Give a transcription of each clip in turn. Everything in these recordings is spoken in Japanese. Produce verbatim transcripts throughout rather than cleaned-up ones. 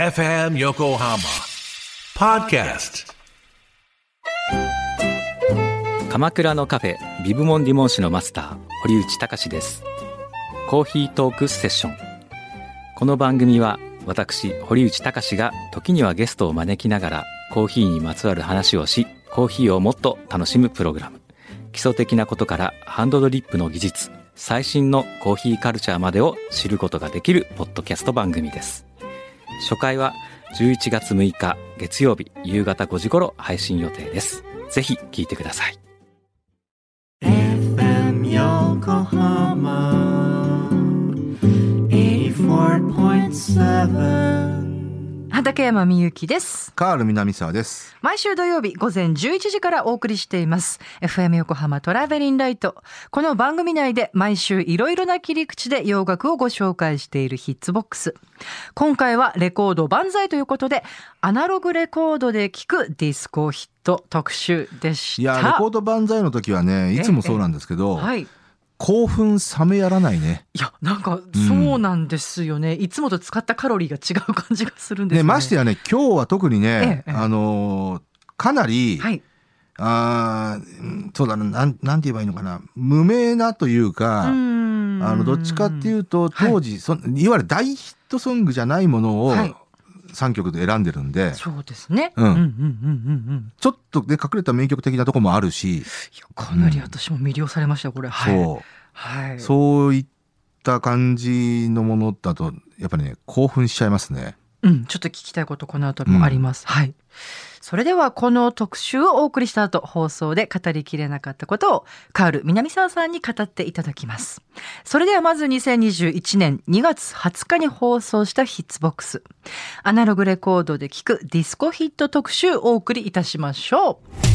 エフエム 横浜ポッドキャスト。 鎌倉のカフェビブモンディモン市のマスター堀内隆です。コーヒートークセッション。この番組は私堀内隆が時にはゲストを招きながらコーヒーにまつわる話をし、コーヒーをもっと楽しむプログラム。基礎的なことからハンドドリップの技術、最新のコーヒーカルチャーまでを知ることができるポッドキャスト番組です。初回はじゅういちがつむいか月曜日夕方ごじ頃配信予定です。ぜひ聞いてください。 エフエム 横浜 はちじゅうよんてんなな畠山みゆきです。 カール南沢です。 毎週土曜日午前じゅういちじからお送りしています エフエム 横浜トラベリンライト。この番組内で毎週いろいろな切り口で洋楽をご紹介しているヒッツボックス。今回はレコード万歳ということで、アナログレコードで聴くディスコヒット特集でした。 いやレコード万歳の時はね、いつもそうなんですけど、 はい、 興奮冷めやらないね。 いやなんかそうなんですよね、うん、いつもと使ったカロリーが違う感じがするんですよね。 ね、ましてやね、今日は特にね、 ええ、 あのー、かなり、はい、あそうだな、なん、なんて言えばいいのかな、無名なというか、うーん、あのどっちかっていうと当時、はい、そいわゆる大ヒットソングじゃないものを、はい、さんきょくで選んでるんで。 そうですね、 うん、 うんうんうんうん、 ちょっとで隠れた名曲的なとこもあるし、いやかなり私も魅了されましたこれ、うん、はい、 そう、はい、そういった感じのものだとやっぱりね、興奮しちゃいますね。 うん、ちょっと聞きたいことこの後もあります、うん、はい。それではこの特集をお送りした後、放送で語りきれなかったことをカール南沢さんに語っていただきます。それではまずにせんにじゅういちねんにがつはつかに放送したヒッツボックス、アナログレコードで聴くディスコヒット特集をお送りいたしましょ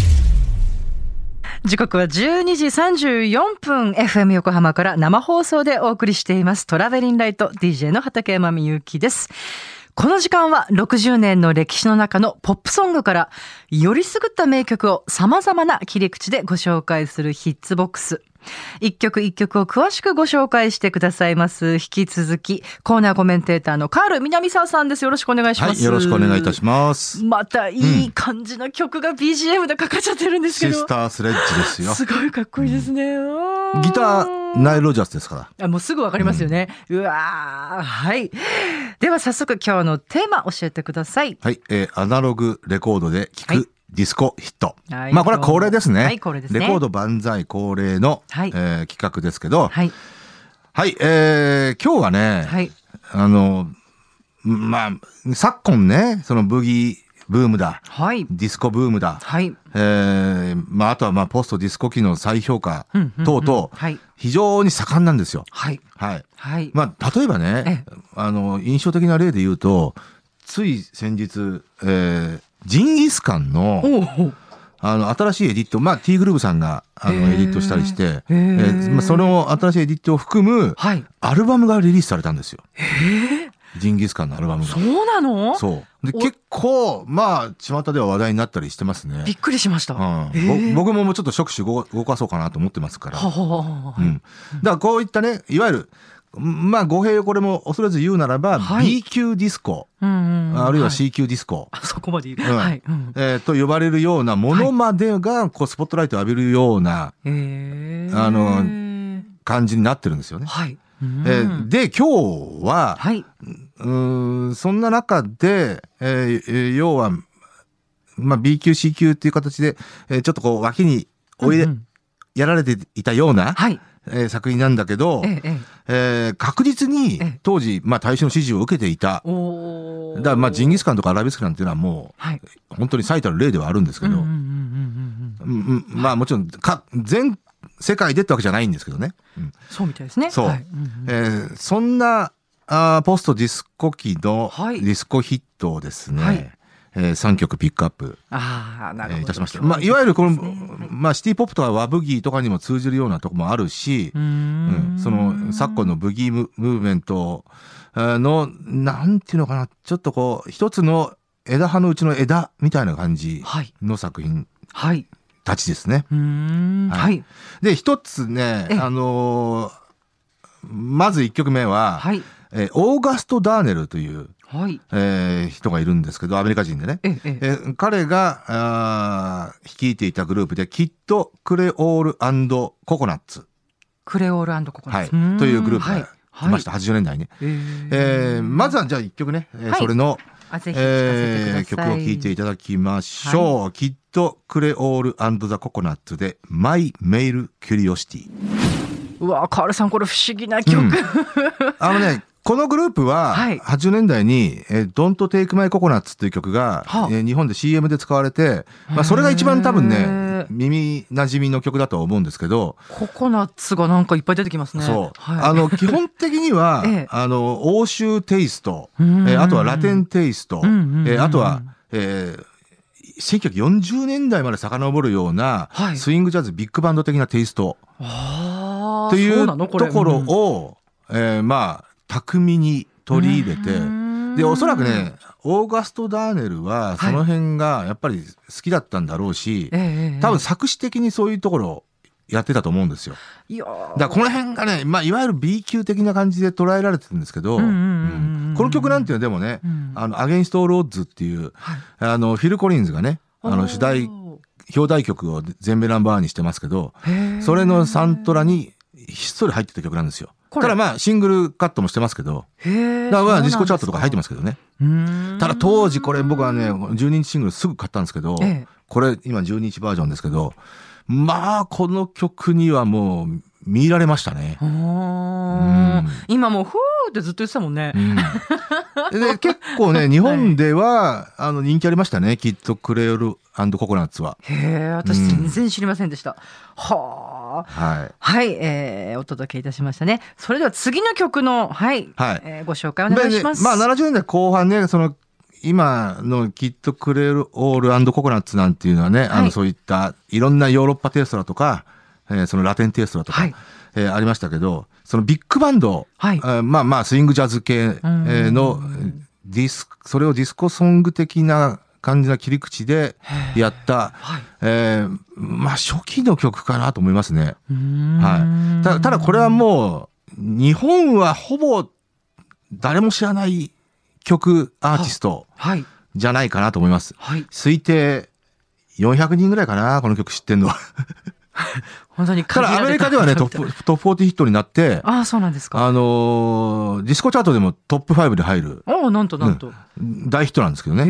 う。時刻はじゅうにじさんじゅうよんぷん、 エフエム 横浜から生放送でお送りしていますトラベリンライト、 ディージェー の畠山みゆきです。この時間はろくじゅうねんの歴史の中のポップソングからよりすぐった名曲を様々な切り口でご紹介するヒッツボックス。一曲一曲を詳しくご紹介してくださいます。引き続きコーナーコメンテーターのカール南沢さんです。よろしくお願いします。 はい、よろしくお願いいたします。 またいい感じの曲が ビージーエム でかかっちゃってるんですけど、 シスタースレッジですよ。 すごいかっこいいですね、 うん、ギターナイル・ロジャースですから。 あ、もうすぐわかりますよね、うん、うわー、はい。では早速今日のテーマ教えてください。 はい、えー、アナログレコードで聴く、はい、ディスコヒット、 はい、 まあこれは恒例ですね、 はい、恒例ですね。 レコード万歳恒例の、はい、えー、企画ですけど、はい、はい、えー、今日はね、はい、あのまあ昨今ね、そのブギーブームだ、はい、ディスコブームだ、はい、えー、まああとはまあポストディスコ機の再評価等々、はい、非常に盛んなんですよ。はいはいはい。まあ例えばね、あの印象的な例で言うと、つい先日、えー、ジンギスカンのあの新しいエディット、まあ T グルーヴさんがあのエディットしたりして、えーまあ、その新しいエディットを含む、はい、アルバムがリリースされたんですよ。へー、ジンギスカンのアルバムが。 そうなの？ そうで、結構まあ巷では話題になったりしてますね。 びっくりしました、 うん、僕ももうちょっと触手動かそうかなと思ってますから、はは、うん、だからこういったね、いわゆるまあ語弊をこれも恐れず言うならば、はい、B 級ディスコ、うんうん、あるいは C 級ディスコ、 はい、そこまで言う、うんはい、うん、えー、と呼ばれるようなものまでがこうスポットライトを浴びるような、はい、あの感じになってるんですよね。はい、えー、で今日は、はい、うーん、そんな中で、えー、要は、まあ、B 級 C 級っていう形で、えー、ちょっとこう脇に追い、うんうん、やられていたような、はい、えー、作品なんだけど、えええー、確実に当時、まあ、大衆の支持を受けていた。おだからまあジンギスカンとかアラビスカンっていうのはもう、はい、本当に最たる例ではあるんですけど、まあもちろんか全世界でってわけじゃないんですけどね、うん、 そうみたいですね。 そう、はい、えー、そんなあポストディスコ期のディスコヒットをですね、はい、えー、さんきょくピックアップ、あ、なるほど、えー、いたしました。まあ、いわゆるこの、まあ、シティポップとか和ブギーとかにも通じるようなところもあるし、うん、うん、その昨今のブギームムーブメントのなんていうのかな、ちょっとこう一つの枝葉のうちの枝みたいな感じの作品たちですね。はい、うーん、はい、で一つね、あのー、まずいっきょくめは、はい、えー、オーガスト・ダーネルというはいえー、人がいるんですけど、アメリカ人でね。えええー、彼があ率いていたグループで、キッド・クレオール&ココナッツ。 クレオール&ココナッツ。 はい。というグループが来ました。はい、はちじゅうねんだいね。えーえー、まずはじゃあ一曲ね、はい、それの、えー、曲を聴いていただきましょう。はい、キッド・クレオール&ザ・ココナッツで、My Male Curiosity。 うわ、カールさん、これ不思議な曲。うん、 あのね、このグループは、はちじゅうねんだいに、えー、Don't Take My Coconuts っていう曲が、はあえー、日本で シーエム で使われて、まあ、それが一番多分ね、耳馴染みの曲だとは思うんですけど。 ココナッツがなんかいっぱい出てきますね。 そう。はい、あの、基本的には、ええ、あの、欧州テイスト、えー、あとはラテンテイスト、えー、あとは、えー、せんきゅうひゃくよんじゅうねんだいまで遡るような、はい、スイングジャズビッグバンド的なテイスト。というところを、えー、まあ、巧みに取り入れて、で、おそらくね、オーガスト・ダーネルはその辺がやっぱり好きだったんだろうし、はい、多分作詞的にそういうところをやってたと思うんですよ。いやだからこの辺がね、まあ、いわゆる B 級的な感じで捉えられてるんですけど、この曲なんていうのはでもね、うん、あの、アゲインスト・ローズっていう、はい、あの、フィル・コリンズがね、あの、主題、表題曲を全米ナンバーワンにしてますけど、それのサントラにひっそり入ってた曲なんですよ。ただまあシングルカットもしてますけど、だからまあディスコチャートとか入ってますけどね。ただ当時これ僕はね、じゅうににちシングルすぐ買ったんですけど、ええ、これ今じゅうににちバージョンですけど、まあこの曲にはもう見入られましたね。うん、 今もうふーってずっと言ってたもんね。 うん、で結構ね日本では、はい、あの人気ありましたね、キッド・クレオール&ココナッツは。 へえ、私全然知りませんでした。うん、はあ、はい、はい、えー、お届けいたしましたね。それでは次の曲の、はい、はい、えー、ご紹介お願いします。 まあななじゅうねんだいこう半ね、その今のキッド・クレオール&ココナッツなんていうのはね、はい、あのそういったいろんなヨーロッパテイストだとか、えー、そのラテンテイストだとか、はい、えー、ありましたけど、そのビッグバンド、はい、えー、まあまあスイングジャズ系のディスそれをディスコソング的な感じな切り口でやった、はい、えー、まあ初期の曲かなと思いますね。はい、た, ただこれはもう日本はほぼ誰も知らない曲アーティストじゃないかなと思います。はい、推定よんひゃくにんぐらいかな、この曲知ってんのは。 本当にただアメリカではねトップトップフォーティーヒットになって、 ああそうなんですか。 あのー、ディスコチャートでもトップファイブで入る。 おお、なんとなんと、 うん、大ヒットなんですけどね。へえ、うん、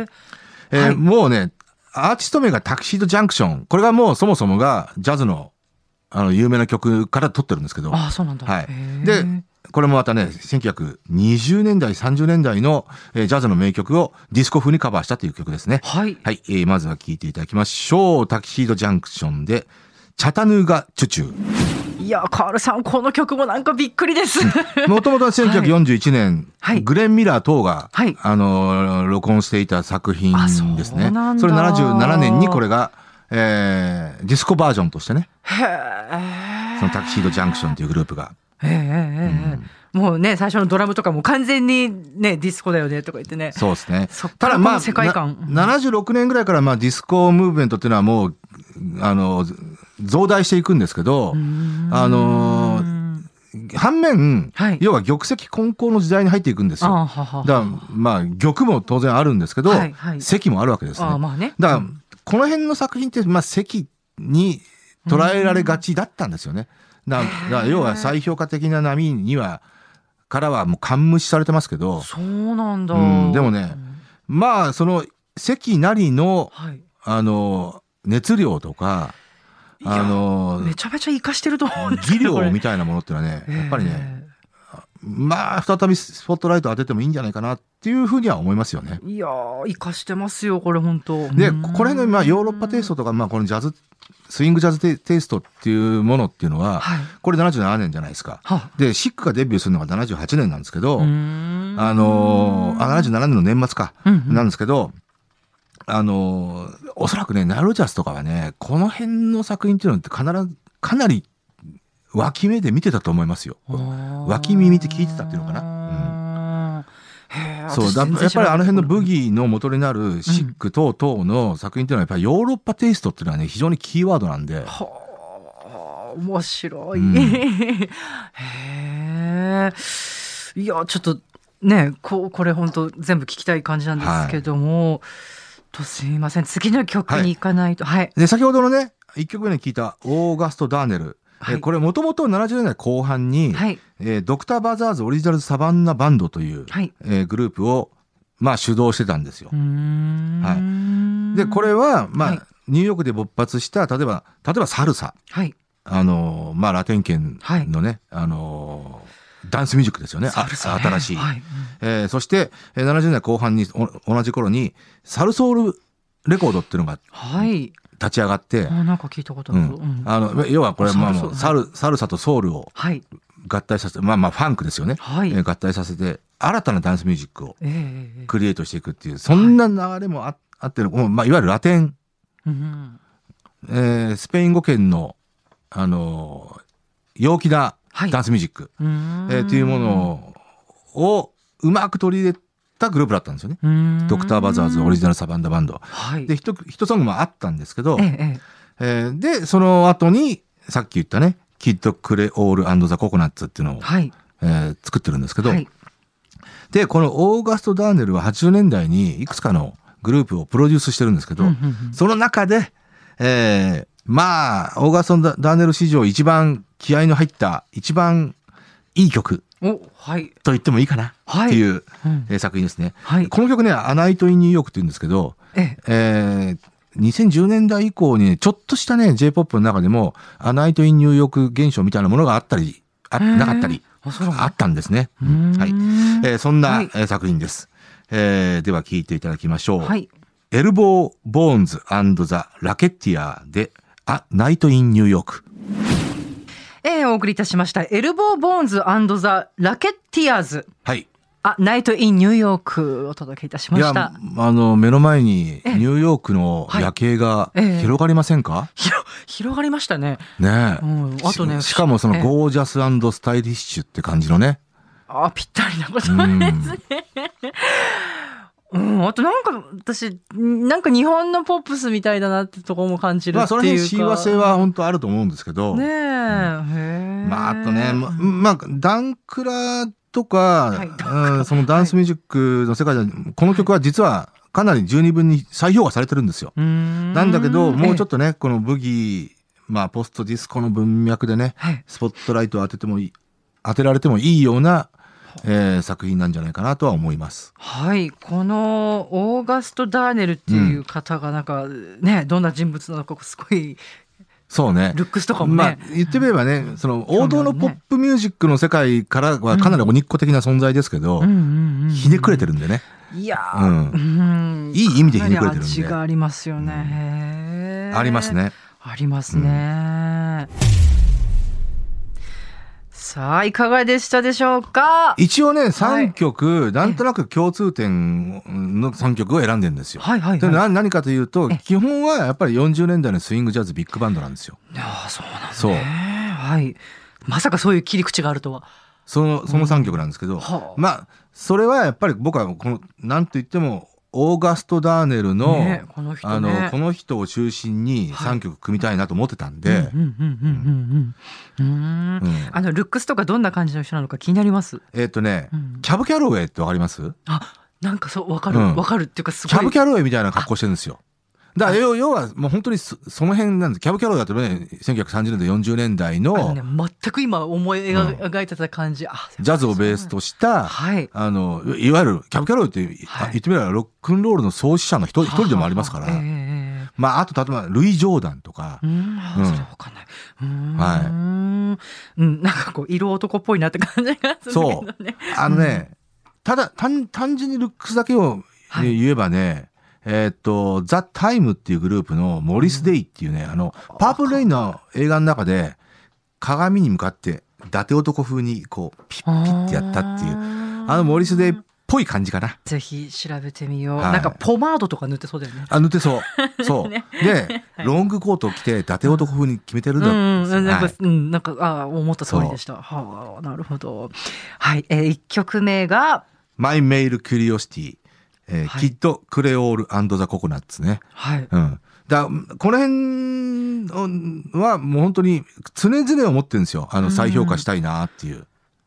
えーはい、もうねアーティスト名がタキシードジャンクション、これがもうそもそもがジャズのあの有名な曲から撮ってるんですけど。 ああそうなんだ。 はい。でこれもまたねせんきゅうひゃくにじゅうねんだいさんじゅうねんだいの、えー、ジャズの名曲をディスコ風にカバーしたという曲ですね。はい、はい、えー、まずは聴いていただきましょう。タキシードジャンクションでチャタヌーガチュチュー。 いやカールさんこの曲もなんかびっくりです。 もともとはせんきゅうひゃくよんじゅういちねん、はい、グレン・ミラー等が、はい、あの録音していた作品ですね。 そ, それななじゅうななねんにこれが、えー、ディスコバージョンとしてね、へそのタキシードジャンクションというグループが、へえ、うん、もうね最初のドラムとかも完全にねディスコだよねとか言ってね。 そうですね。ただまあ世界観ななじゅうろくねんぐらいからまあディスコムーブメントっていうのはもうあの増大していくんですけど、あの反面、はい、要は玉石混交の時代に入っていくんですよ。あははだからまあ玉も当然あるんですけど、はいはい、石もあるわけですね。あまあね、だから、うん、この辺の作品ってまあ石に捉えられがちだったんですよね。だから要は再評価的な波にはからはもう完無視されてますけど。 そうなんだ。 うん、でもね、うん、まあその石なりの、はい、あの熱量とかあのめちゃめちゃ活かしてると思うんですけど、 技量みたいなものっていうのはね、やっぱりね、まあ再びスポットライト当ててもいいんじゃないかなっていうふうには思いますよね。 いや活かしてますよこれ本当。 でこれのまあヨーロッパテイストとか、まあ、このジャズスイングジャズ テ, テイストっていうものっていうのは、はい、これななじゅうななねんじゃないですか。でシックがデビューするのがななじゅうはちねんなんですけど、あのあななじゅうななねんの年末か、うんうん、なんですけど、あのおそらくねナルジャスとかはねこの辺の作品っていうのって必ずかなり脇目で見てたと思いますよ。脇耳って聞いてたっていうのかな。うん、そうだやっぱりあの辺のブギーの元になるシック等々の作品っていうのはやっぱりヨーロッパテイストっていうのはね非常にキーワードなんで。はあ面白い。うん、へえ。いやちょっとねここれ本当全部聞きたい感じなんですけども、はい、とすみません次の曲に行かないと、はいはい、 で先ほどのねいっきょくめに聞いたオーガスト・ダーネル、はい、えこれもともとななじゅうねんだいこう半に、はいえー、ドクター・バザーズオリジナルサバンナバンドという、はいえー、グループをまあ主導してたんですよ。うーん、はい、でこれはまあ、はい、ニューヨークで勃発した例えば例えばサルサ、はいあのー、まあラテン圏のね、はい、あのー、ダンスミュージックですよね。あ新しい、はいうんえー、そしてななじゅうねんだいこう半に同じ頃にサルソウルレコードっていうのが立ち上がって、はい、あなんか聞いたことある、うんうん、あの要はこれまあもうサル、サルサとソウルを合体させて、はい、まあまあファンクですよね、はいえー、合体させて新たなダンスミュージックをクリエイトしていくっていう、えー、そんな流れも あ,、はい、あっての、まあ、いわゆるラテン、うんえー、スペイン語圏の、あのー、陽気なダンスミュージック、はいえー、っていうものをうまく取り入れたグループだったんですよね。ドクター・バザーズオリジナルサバンナバンド、はい、でヒッソングもあったんですけど、えええー、でその後にさっき言ったねキッド・クレオール&ザ・ココナッツっていうのを、はいえー、作ってるんですけど、はい、でこのオーガスト・ダーネルははちじゅうねんだいにいくつかのグループをプロデュースしてるんですけど、うんうんうん、その中で、えー、まあオーガスト・ダーネル史上一番気合いの入った一番いい曲お、はい、と言ってもいいかなっていう、はいうんえー、作品ですね、はい、この曲ねアナイト・イン・ニューヨークって言うんですけど、ええー、にせんじゅうねんだい以降に、ね、ちょっとしたね J-ポップ の中でもアナイト・イン・ニューヨーク現象みたいなものがあったり あ, なかったり あ, あったんですね、うんはいえー、そんな、はい、作品です、えー、では聴いていただきましょう、はい、エルボー・ボーンズ&ザ・ラケッティアでアナイト・イン・ニューヨーク。 えー、お送りいたしましたエルボー・ボーンズ&ザ・ラケッティアーズ、はい、あナイト・イン・ニューヨークをお届けいたしました。 いやあの目の前にニューヨークの夜景が広がりませんか、はいえー、広がりましたね。 ねえ、うん、あとね し, しかもそのゴージャス&スタイリッシュって感じのね、 あぴったりなことですね。うん、あとなんか私なんか日本のポップスみたいだなってところも感じるっていうか、まあその辺親和性は本当あると思うんですけどねえ、うん、へまああとねま、まあダンクラとか、はいうん、そのダンスミュージックの世界では、はい、この曲は実はかなり十二分に再評価されてるんですよ。うんなんだけどもうちょっとねこのブギーまあポストディスコの文脈でね、はい、スポットライトを当ててもいい当てられてもいいようなえー、作品なんじゃないかなとは思います。 はい、このオーガスト・ダーネルっていう方がなんかね、うん、どんな人物なのかすごいそうねルックスとかもね、まあ、 言ってみればね、うん、その王道のポップミュージックの世界からはかなり鬼っ子的な存在ですけど、うん、ひねくれてるんでね。いや、うんうん、いい意味でひねくれてるんで。 味がありますよね、 うん、ありますねありますね、うんさあいかがでしたでしょうか。 一応ねさんきょく、はい、なんとなく共通点のさんきょくを選んでるんですよ、はいはいはい、で何, 何かというと基本はやっぱりよんじゅうねんだいのスイングジャズビッグバンドなんですよ。 ああそうなんですね。はい、まさかそういう切り口があるとは。 そのそのさんきょくなんですけど、うんはあ、まあそれはやっぱり僕はこのなんといってもオーガスト・ダーネル の,、ねこの人ね、あのこの人を中心にさんきょく組みたいなと思ってたんであのルックスとかどんな感じの人なのか気になります。 えっ、ー、とね、うん、キャブ・キャロウェイってわかります？ あなんかそうわかるわ、うん、かるっていうかすごいキャブ・キャロウェイみたいな格好してるんですよ。だから要はもう本当に そ, その辺なんです。キャブ・キャロウェイだとねせんきゅうひゃくさんじゅうねんだいよんじゅうねんだい の, の、ね、 全く今思い描いてた感じ、うん、あジャズをベースとした、はい、あのいわゆるキャブ・キャロウェイって、はい、言ってみればロックンロールの創始者の一 人, 一人でもありますから、えーまあ、あと例えばルイ・ジョーダンとかうん、あうん、それわかんないうーん、はいうん、なんかこう色男っぽいなって感じがするけどね。そうあのね、うん、ただ 単, 単純にルックスだけを言えばね、はいえー、っと、ザ・タイムっていうグループのモリス・デイっていうね、あの、パープルレインの映画の中で鏡に向かって伊達男風にこう、ピッピッってやったっていう、あのモリス・デイっぽい感じかな。 ぜひ調べてみよう。はい、なんかポマードとか塗ってそうだよね。 あ、塗ってそう。そう。ね、で、ロングコートを着て伊達男風に決めてるんだ、うんうん、なんか、はい、うん、なんか、あ、思った通りでした。はあ、なるほど。はい、えー、いっきょくめが、 マイ・メイル・キュリオシティ。えーはい、キッド・クレオール&ザ・ココナッツね。はい。うん。だこの辺はもう本当に常々思ってるんですよ。あの再評価したいなっていう。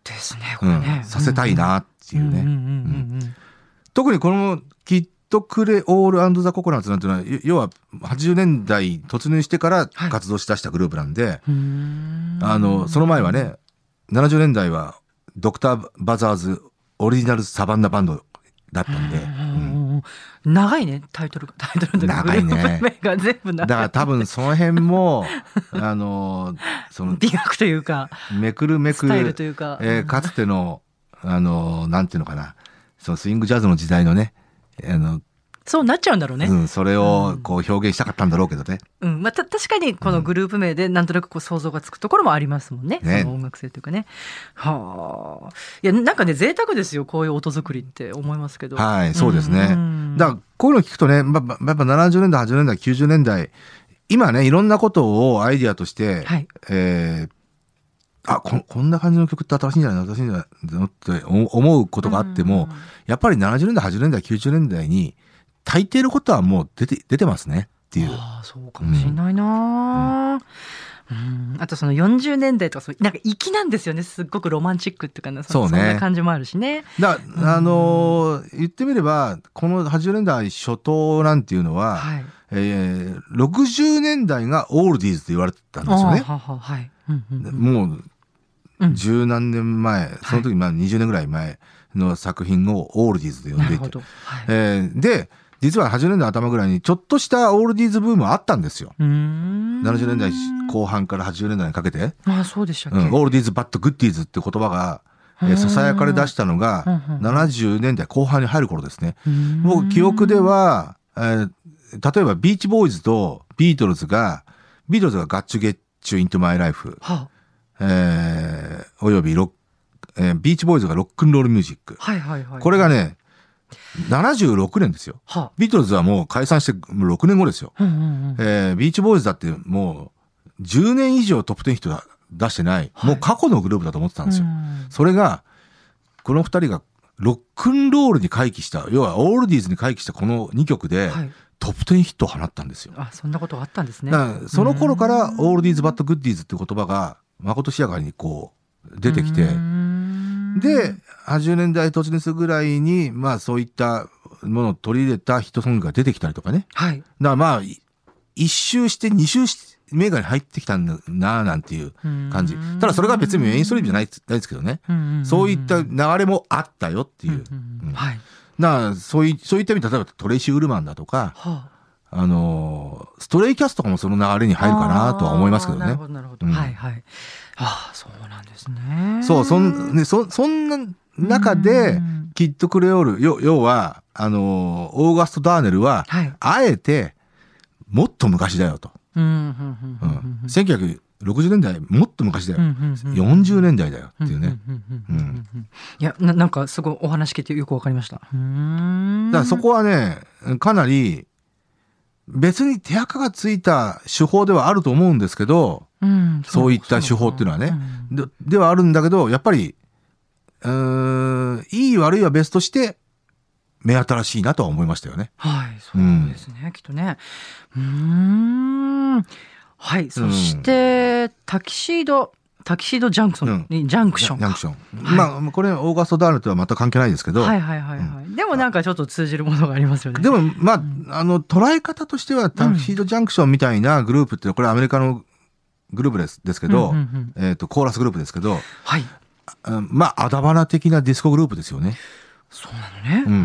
ですね、これね、 うん、させたいなっていうね。特にこのきっとクレオール&ザ・ココナッツなんていうのは、要ははちじゅうねんだい突入してから活動しだしたグループなんで、はい、あのその前はね、ななじゅうねんだいはドクター・バザーズオリジナルサバンナバンドだったんで、うんうん、長いね、タイトルがタイトルの長いね。 が全部長い。 だから多分その辺もあのその美学というかめくるめくスタイルというか、 えー、かつてのあのなんていうのかな、そのスイングジャズの時代のね、あのそうなっちゃうんだろうね。 うん、それをこう表現したかったんだろうけどね。 うん、まあ、た確かにこのグループ名でなんとなくこう想像がつくところもありますもんね。ね、その音楽性というかね。はあ。いや、なんかね、贅沢ですよ、こういう音作りって思いますけど。 はい、そうですね。うん、だからこういうの聞くとね、まあ、やっぱななじゅうねんだい、はちじゅうねんだい、きゅうじゅうねんだい、今ね、いろんなことをアイディアとして、はい、えー、あこ、こんな感じの曲って新しいんじゃないの新しいんじゃないのって思うことがあっても、やっぱりななじゅうねんだい、はちじゅうねんだい、きゅうじゅうねんだいに、大抵のことはもう出て、出てますねっていう。 ああ、そうかもしれないな、うんうん、あとそのよんじゅうねんだいとか、なんか粋なんですよね、すっごくロマンチックっていうかな、そ, そんな感じもあるしね。 だ、うん、あのー、言ってみればこのはちじゅうねんだい初頭なんていうのは、はい、えー、ろくじゅうねんだいがオールディーズと言われてたんですよね。はは、はい、うんうんうん、もう十何年前、うん、その時まあにじゅうねんぐらい前の作品をオールディーズと呼んでいて、はい、えー、で実ははちじゅうねんだい頭ぐらいにちょっとしたオールディーズブームあったんですよ。うーん、ななじゅうねんだいこう半からはちじゅうねんだいにかけて。 ああ、そうでしたっけ、うん、 オールディーズバッドグッディーズって言葉がささやかれ出したのがななじゅうねんだいこう半に入る頃ですね。僕記憶では、えー、例えばビーチボーイズとビートルズがビートルズがガッチュゲッチュイントマイライフ、はあ、えー、およびロック、えー、ビーチボーイズがロックンロールミュージック、はいはいはい、これがねななじゅうろくねんですよ、はあ、ビートルズはもう解散してろくねんごですよ、うんうんうん、えー、ビーチボーイズだってもうじゅうねん以上トップじゅうヒット出してない、はい、もう過去のグループだと思ってたんですよ、うん、それがこのふたりがロックンロールに回帰した、要はオールディーズに回帰したこのにきょくで、はい、トップじゅうヒットを放ったんですよ。 あ、そんなことがあったんですね。 だからその頃からオールディーズバッドグッディーズって言葉がまことしやかにこう出てきて、ではちじゅうねんだい突入するぐらいにまあそういったものを取り入れたヒットソングが出てきたりとかね、はい、だからまあ一周して二周目が入ってきたんだななんていう感じ。ただそれが別にメインストリームじゃないですけどね、そういった流れもあったよっていう、うん、はい、だからそういそういった意味で例えばトレイシー・ウルマンだとか、はあ、あのストレイキャスとかもその流れに入るかなとは思いますけどね。 なるほどなるほど、うん、はいはい。ああ、そうなんですね。 そうそん、ね、そ, そんな中でキッド・クレオール、要, 要はあのオーガスト・ダーネルは、はい、あえてもっと昔だよと、せんきゅうひゃくろくじゅうねんだいもっと昔だよ、よんじゅうねんだいだよっていうね。 いや な, なんかすごいお話聞いてよくわかりました。うーん、 だからそこはねかなり別に手垢がついた手法ではあると思うんですけど、うん、そう, そういった手法っていうのはね、うん、で, ではあるんだけどやっぱりうーんいい悪いは別として目新しいなとは思いましたよね。 はい、そうですね、うん、きっとね。うーん、はい、そして、うん、タキシードタキシードジャンクション、うん、ジャンクションジャンクション、はい、まあこれオーガスト・ダーネルとは全く関係ないですけど、 はいはいはいはい、うん、でもなんかちょっと通じるものがありますよね。 でもまあ、うん、あの捉え方としてはタキシードジャンクションみたいなグループってこれアメリカのグループですですけど、うんうんうん、えーと、コーラスグループですけど、はい、まあアダバナ的なディスコグループですよね。 そうなのね、 うん、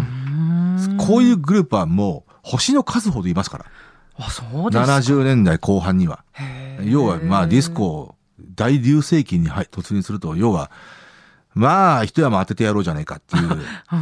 うーん、こういうグループはもう星の数ほどいますから。 あ、そうですか。 ななじゅうねんだいこう半には要はまあディスコ大流星期に突入すると要はまあ一山当ててやろうじゃないかっていう、うん、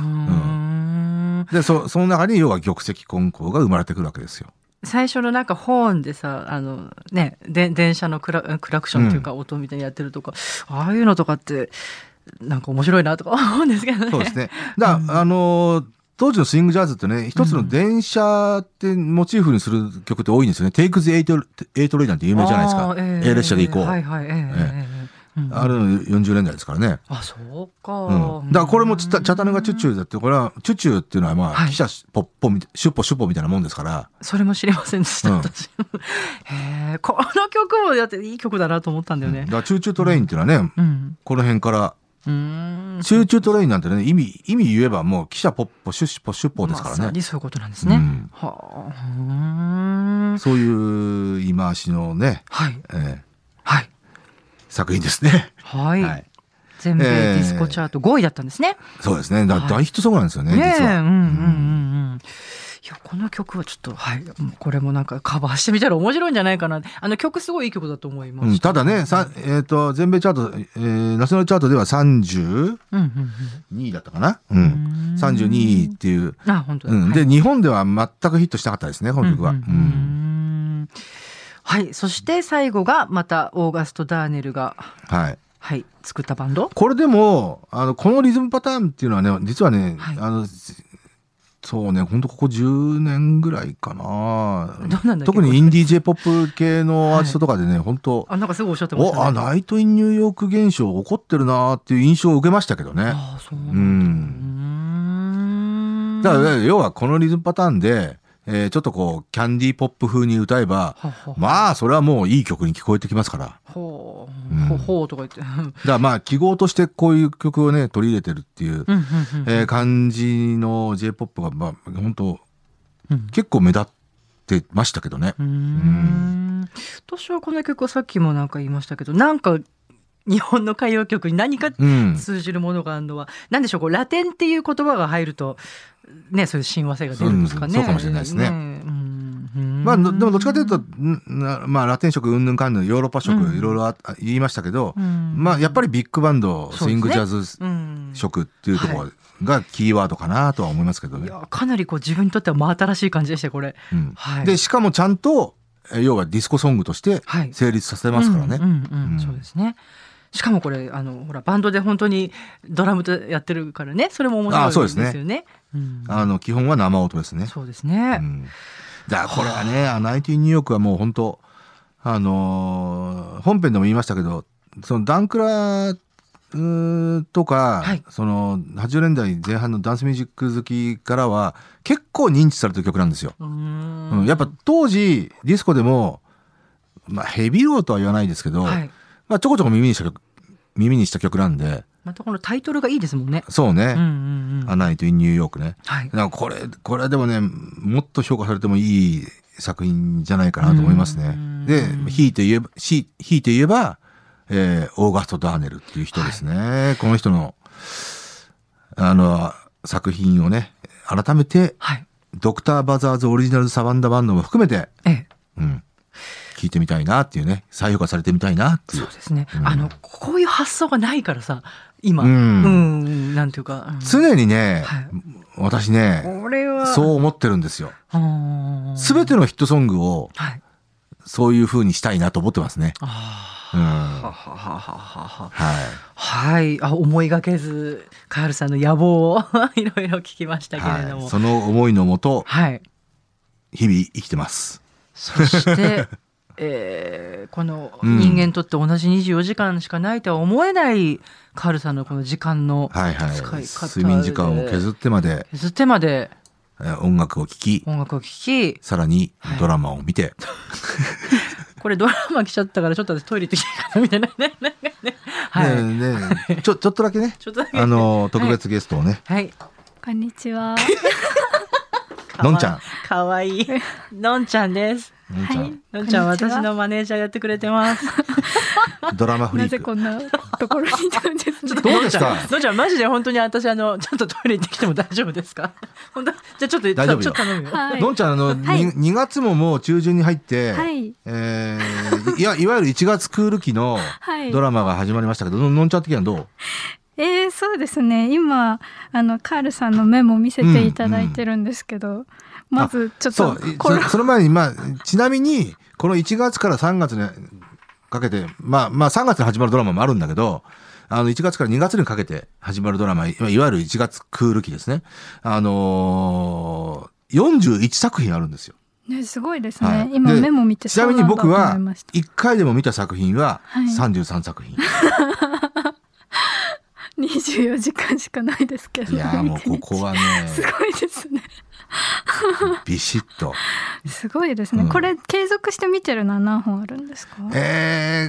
で そ, その中に要は玉石混交が生まれてくるわけですよ。 最初のなんかホーンでさあの、ね、で電車のク ラ, クラクションというか音みたいにやってるとか、うん、ああいうのとかってなんか面白いなとか思うんですけどね。 そうですね。だ、うん、あの当時のスイングジャズってね一つの電車ってモチーフにする曲って多いんですよね。テイクズエイトレイなんて有名じゃないですか。えー、列車で行こう、はいはい、えーえーうん、あれのよんじゅうねんだいですからね。 あ、そうか、 うん、だからこれもチャタヌがチュチュだってこれはチュチュっていうのはまあ、はい、汽車ポッポシュッポシュッポみたいなもんですから。 それも知りませんでした、うん、私へー、この曲もだっていい曲だなと思ったんだよね、うん、 だからチューチュートレインっていうのはね、うん、この辺からうーん集中トレインなんてね、意味、意味言えばもう、汽車ポッポ、シュッシュポ、シュッポですからね。 まさにそういうことなんですね。うん、はあ、 そういう言い回しのね、 はい。 えー、 はい。 作品ですね。 はい。はい、全米ディスコチャートごいだったんですね。 えー、そうですね。だ大ヒットソングなんですよね、 ね実は。 うんうんうんうん。いやこの曲はちょっと、はい、これもなんかカバーしてみたら面白いんじゃないかな。あの曲すごいいい曲だと思います、 うん、ただね、さえー、と全米チャート、えー、ナショナルチャートではさんじゅうにいだったかな、うんうん、さんじゅうにいっていう。 あ本当だ、 うん、で、 はい、 日本では全くヒットしなかったですね、この曲は。うんうんうんうんはい、そして最後がまたオーガスト・ダーネルが、 はいはい、作ったバンド。 これでもあのこのリズムパターンっていうのはね、実はね、はい、あのそうね、本当ここじゅうねんぐらいかな。 どうなんだっけ、 特にインディー J ポップ系のアーティストとかでね、はい、本当あなんかすごいおっしゃってましたね。 おあナイト・イン・ニューヨーク現象起こってるなっていう印象を受けましたけどね。 あそうなんだ、 うんだから要はこのリズムパターンで、えー、ちょっとこうキャンディーポップ風に歌えば、ははまあそれはもういい曲に聞こえてきますから。 ほう、うん、ほうほうとか言ってだからまあ記号としてこういう曲をね取り入れてるっていう、うんうんうんえー、感じの J ポップがまあ本当、うん、結構目立ってましたけどね。 うーんうん私はこの曲はさっきもなんか言いましたけど、なんか日本の歌謡曲に何か通じるものがあるのは、うん、なんでしょう、こうラテンっていう言葉が入るとね、そういう親和性が出るんですかね。 そうかもしれないですね。ねうんまあ、でもどっちかというと、まあ、ラテン色うんぬんかんぬんヨーロッパ色、うん、いろいろ言いましたけど、うん、まあやっぱりビッグバンド、スイングジャズ色っていうところがキーワードかなとは思いますけどね。 いやかなりこう自分にとっては真新しい感じでしたこれ、 うんはい、 でしかもちゃんと要はディスコソングとして成立させますからね。 そうですね。しかもこれあのほらバンドで本当にドラムとやってるからね、それも面白いですよね。 うん、あの基本は生音ですね。 そうですね。 うん、だからこれはね、ナイト・イン・ニューヨークはもう本当あのー、本編でも言いましたけど、そのダンクラとか、はい、そのはちじゅうねんだいぜん半のダンスミュージック好きからは結構認知されてる曲なんですよ。うーん、うん、やっぱ当時ディスコでも、まあ、ヘビーローとは言わないですけど、はい、まあ、ちょこちょこ耳にした曲耳にした曲なんで、 またこのタイトルがいいですもんね。 そうね、 うんうんうん、 アナイト・イン・ニューヨークね、 はい、 だからこれこれはでもねもっと評価されてもいい作品じゃないかなと思いますね。でひいて言えばひいて言えば、えー、オーガスト・ダーネルっていう人ですね、はい、この人のあの作品をね改めて、はい、ドクター・バザーズオリジナルサバンダバンドも含めて、ええ、うん聞いてみたいなっていうね、再評価されてみたいなっていう。 そうですね、うん、あのこういう発想がないからさ今、うん、うんなんていうか、うん、 常にね、はい、私ね俺はそう思ってるんですよ。すべてのヒットソングを、はい、そういう風にしたいなと思ってますね。あ、うん、はははははいはい、あ思いがけずカールさんの野望をいろいろ聞きましたけれども、 はい、その思いのもと、 はい、 日々生きてます。 そしてえー、この人間にとって同じにじゅうよじかんしかないとは思えないカールさんのこの時間の使い方、はいはい、 睡眠時間を削ってまで削ってまで音楽を聴き音楽を聴きさらにドラマを見て、はい、 これドラマ来ちゃったからちょっと私トイレ行ってきたかなみたいなねはい、 ねえねえちょちょっとだけねあの特別ゲストをね、 はい、はい、 こんにちはのんちゃんかわいいのんちゃんです。 のんちゃん、はい、 のんちゃんは私のマネージャーやってくれてます。 ドラマフリーク。 なぜこんなところにいたんですね。 どうですか。 のんちゃんマジで本当に私あのちょっとトイレ行ってきても大丈夫ですか。本当じゃあちょっと大丈夫よ。 ちょっと頼むよ。 はい、 のんちゃんあの、はい、にがつももう中旬に入って、 はい、 えー、いやいわゆるいちがつクール期のドラマが始まりましたけど、のんちゃん的にはどう？ えー、そうですね。今あのカールさんのメモを見せていただいてるんですけど。うんうん、まずちょっとそ, その前に、まあ、ちなみにこのいちがつからさんがつにかけて、まあ、まあさんがつに始まるドラマもあるんだけど、あのいちがつからにがつにかけて始まるドラマ、いわゆるいちがつクール期ですね、あのー、よんじゅういちさく品あるんですよ、 ね、すごいですね、はい、今メモ見てちなみに僕はいっかいでも見た作品はさんじゅうさんさく品、はい、 にじゅうよじかんしかないですけど、 いやもうここはねすごいですねビシッとすごいですね、うん、これ継続して見てるのは何本あるんですか？ えー、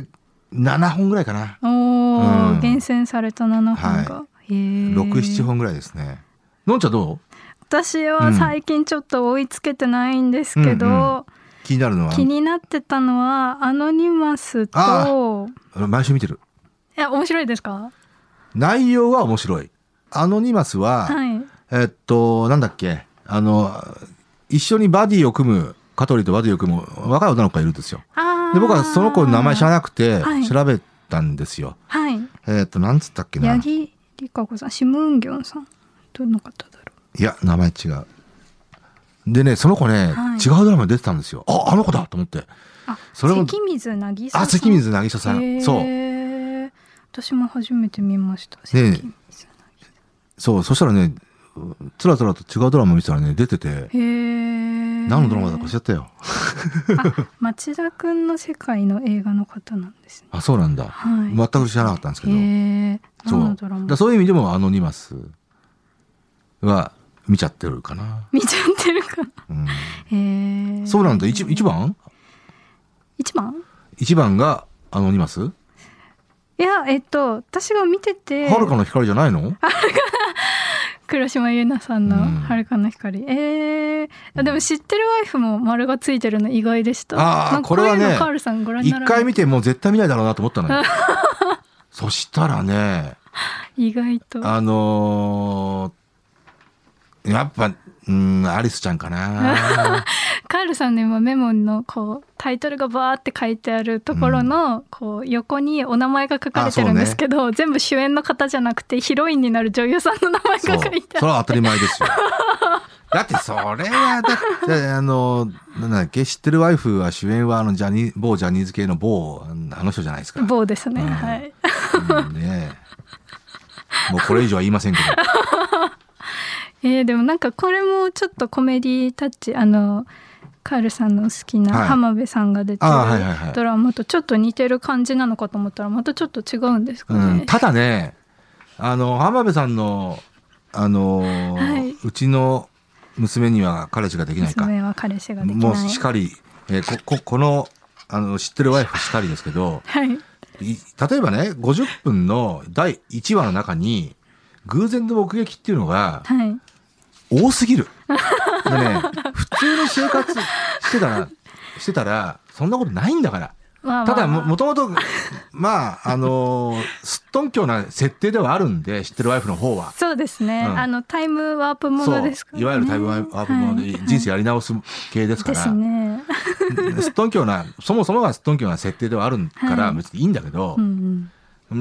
ななほんぐらいかな。 おー、 うん、 厳選されたななほんが、 はい、 へー、 ろく、ななほんぐらいですね。のんちゃんどう？ 私は最近ちょっと追いつけてないんですけど、うんうん、 気になるのは気になってたのはアノニマスと。 毎週見てる。 いや面白いですか？ 内容は面白い。アノニマスは、はい、えっとなんだっけ、あの一緒にバディを組む香取とバディを組む若い女の子がいるんですよ。で僕はその子の名前知らなくて調べたんですよ。はい、えっとなんつったっけな。 八木里香子さん、シムウンギョンさん、どの方だろう。 いや名前違う。でね、その子ね、はい、違うドラマに出てたんですよ。あ、あの子だと思って。 あ、それも関水渚さん。 あ、関水渚さん。そう。 私も初めて見ました。 ね、そう、そしたらね、つらつらと違うドラマ見てたらね、出てて。へー。何のドラマだか知っちゃったよ。 あ、町田くんの世界の映画の方なんですね。 あ、そうなんだ。はい、全く知らなかったんですけど。へー。そう。だそういう意味でもアノニマスは見ちゃってるかな。 見ちゃってるかな。うん、 へー。そうなんだ。一一番？ 一番？ 一番がアノニマス？ いや、えっと私が見てて。 遥かの光じゃないの？ 黒島結菜さんの遥かの光、うん、えー、でも知ってるワイフも丸がついてるの意外でした。 ああ、これはね、一回見てもう絶対見ないだろうなと思ったのよ。そしたらね、 意外とあのー、やっぱ、うん、アリスちゃんかな。 カールさんの今メモのこうタイトルがバーって書いてあるところの、うん、こう横にお名前が書かれてるんですけど、ね、全部主演の方じゃなくてヒロインになる女優さんの名前が書いてある。 そ, それは当たり前ですよ。だってそれはだってあのなんだっけ、知ってるワイフは主演はあのジャニ某ジャニーズ系の某あの人じゃないですか。 某ですね、うん、はい、 うんね、もうこれ以上は言いませんけど。 えー、でもなんかこれもちょっとコメディタッチ、あのカールさんの好きな浜辺さんが出てるドラマとちょっと似てる感じなのかと思ったらまたちょっと違うんですかね。 うん、ただね、あの浜辺さんの、あのーはい、うちの娘には彼氏ができないか、 娘は彼氏ができない、 もうしかり、えー、こ, こ, この, あの知ってるワイフしかりですけど、はい、例えばねごじゅっぷんのだいいちわの中に偶然の目撃っていうのが、はい、多すぎる。でね、普通の生活してたらしてたらそんなことないんだから。まあまあまあ、ただ も, もともとまああのー、すっとんきょうな設定ではあるんで、知ってるワイフの方は。 そうですね、うん、あのタイムワープものですからね。 いわゆるタイムワープもので人生やり直す系ですから、はいはい、すっとんきょうな、そもそもがすっとんきょうな設定ではあるから別にいいんだけど、はい、うんうん、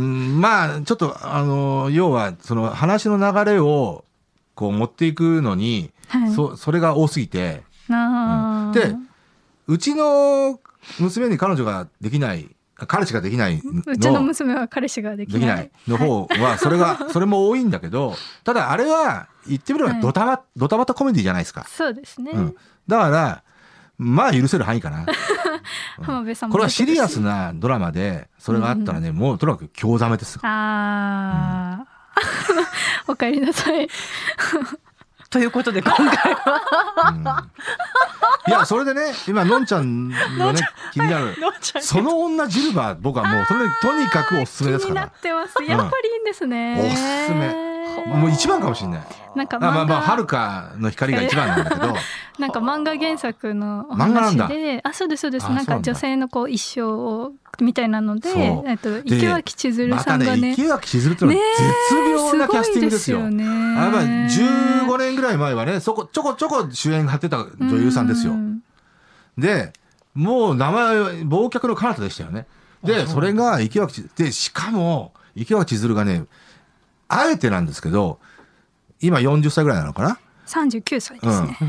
まあちょっとあのー、要はその話の流れをこう持っていくのに、はい、そ, それが多すぎて、あ、うん、でうちの娘に彼女ができない、彼氏ができないの、 うちの娘は彼氏ができない、できないの方はそれが、はい、それも多いんだけど、ただあれは言ってみればドタバ、はい、ドタバタコメディじゃないですか。 そうですね、 うん、だからまあ許せる範囲かな。 浜辺さんもこれはシリアスなドラマでそれがあったらね、うん、もうとにかく興ざめです。 ああ、うん、お帰りなさい。 ということで今回は、うん、 いやそれでね、今のんちゃんのね気になる、はい、その女ジルバー、僕はもうそれとにかくおすすめですから。 気になってます。やっぱりいいんですね、 うん、おすすめ、もう一番かもしれない。 なんかまあまあはるかの光が一番なんだけど、 なんか漫画原作のお話で、あ、そうですそうです。なんか女性のこう一生をみたいなので、えっと池脇千鶴さんがね、またね、 池脇千鶴ってのは絶妙なキャスティングですよ。ね、あ、まあじゅうごねんぐらい前はね、そこちょこちょこ主演張ってた女優さんですよ。で、もう名前忘却の彼方でしたよね。で、それが池脇千鶴で、しかも池脇千鶴がね、あえてなんですけど、今よんじゅっさいぐらいなのかな。 さんじゅうきゅうさいですね。うん、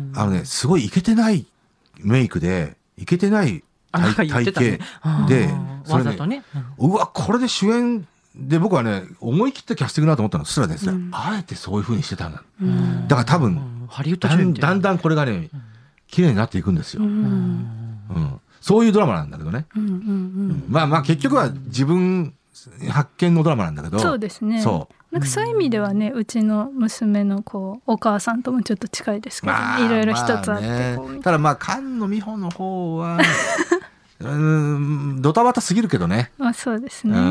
あのね、すごいイケてないメイクで、イケてない体, 体型で、それね、ね、うん、うわ、これで主演で僕はね、思い切ったキャスティングだと思ったのすらですね、うん、あえてそういう風にしてたんだ。うん、だから多分、うん、ハリウッドだんだんだんこれがね、綺麗になっていくんですよ。うんうん、そういうドラマなんだけどね。うんうんうん、まあまあ結局は自分発見のドラマなんだけど。 そうですね。そう。なんかそういう意味ではね、うちの娘のこうお母さんともちょっと近いですけど、ね、まあ、いろいろ一つあってこう、 まあね、ただまあ菅野美穂の方はうーんドタバタすぎるけどね。 あ、そうですね、うん、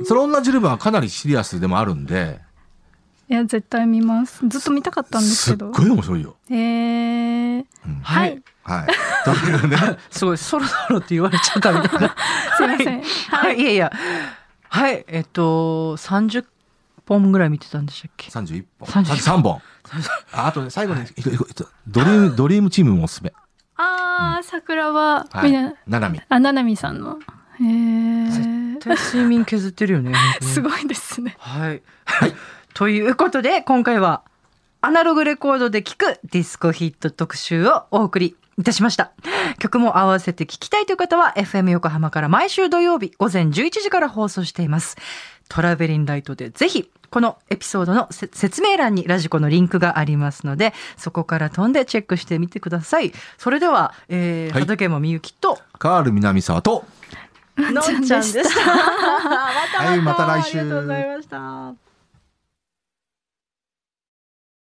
その女ジルバはかなりシリアスでもあるんで。 いや絶対見ます。ずっと見たかったんですけど。 すっごい面白いよ。 えーうん、はいはい。というね、 すごいそろそろって言われちゃったみたいな。 すいません。 はい、はい、いやいや。はい、えっと三十本ぐらい見てたんでしたっけ？ 三十一本。三十三本。あ, あとね最後に、はい、ドリームドリームチームもおすすめ。 ああ、うん、桜は、 はい、ななみ。 あ、ななみさんの。へえ。 絶対睡眠削ってるよね。 すごいですね。 はい。はい。ということで今回はアナログレコードで聴くディスコヒット特集をお送りいたしました。曲も合わせて聴きたいという方は エフエム 横浜から毎週土曜日午前じゅういちじから放送しています。トラベリンライトでぜひこのエピソードの説明欄にラジコのリンクがありますので、そこから飛んでチェックしてみてください。それでは、えーはい、畠山みゆきとカール南沢とのんちゃんでした。またまた、 はい、また来週。 ありがとうございました。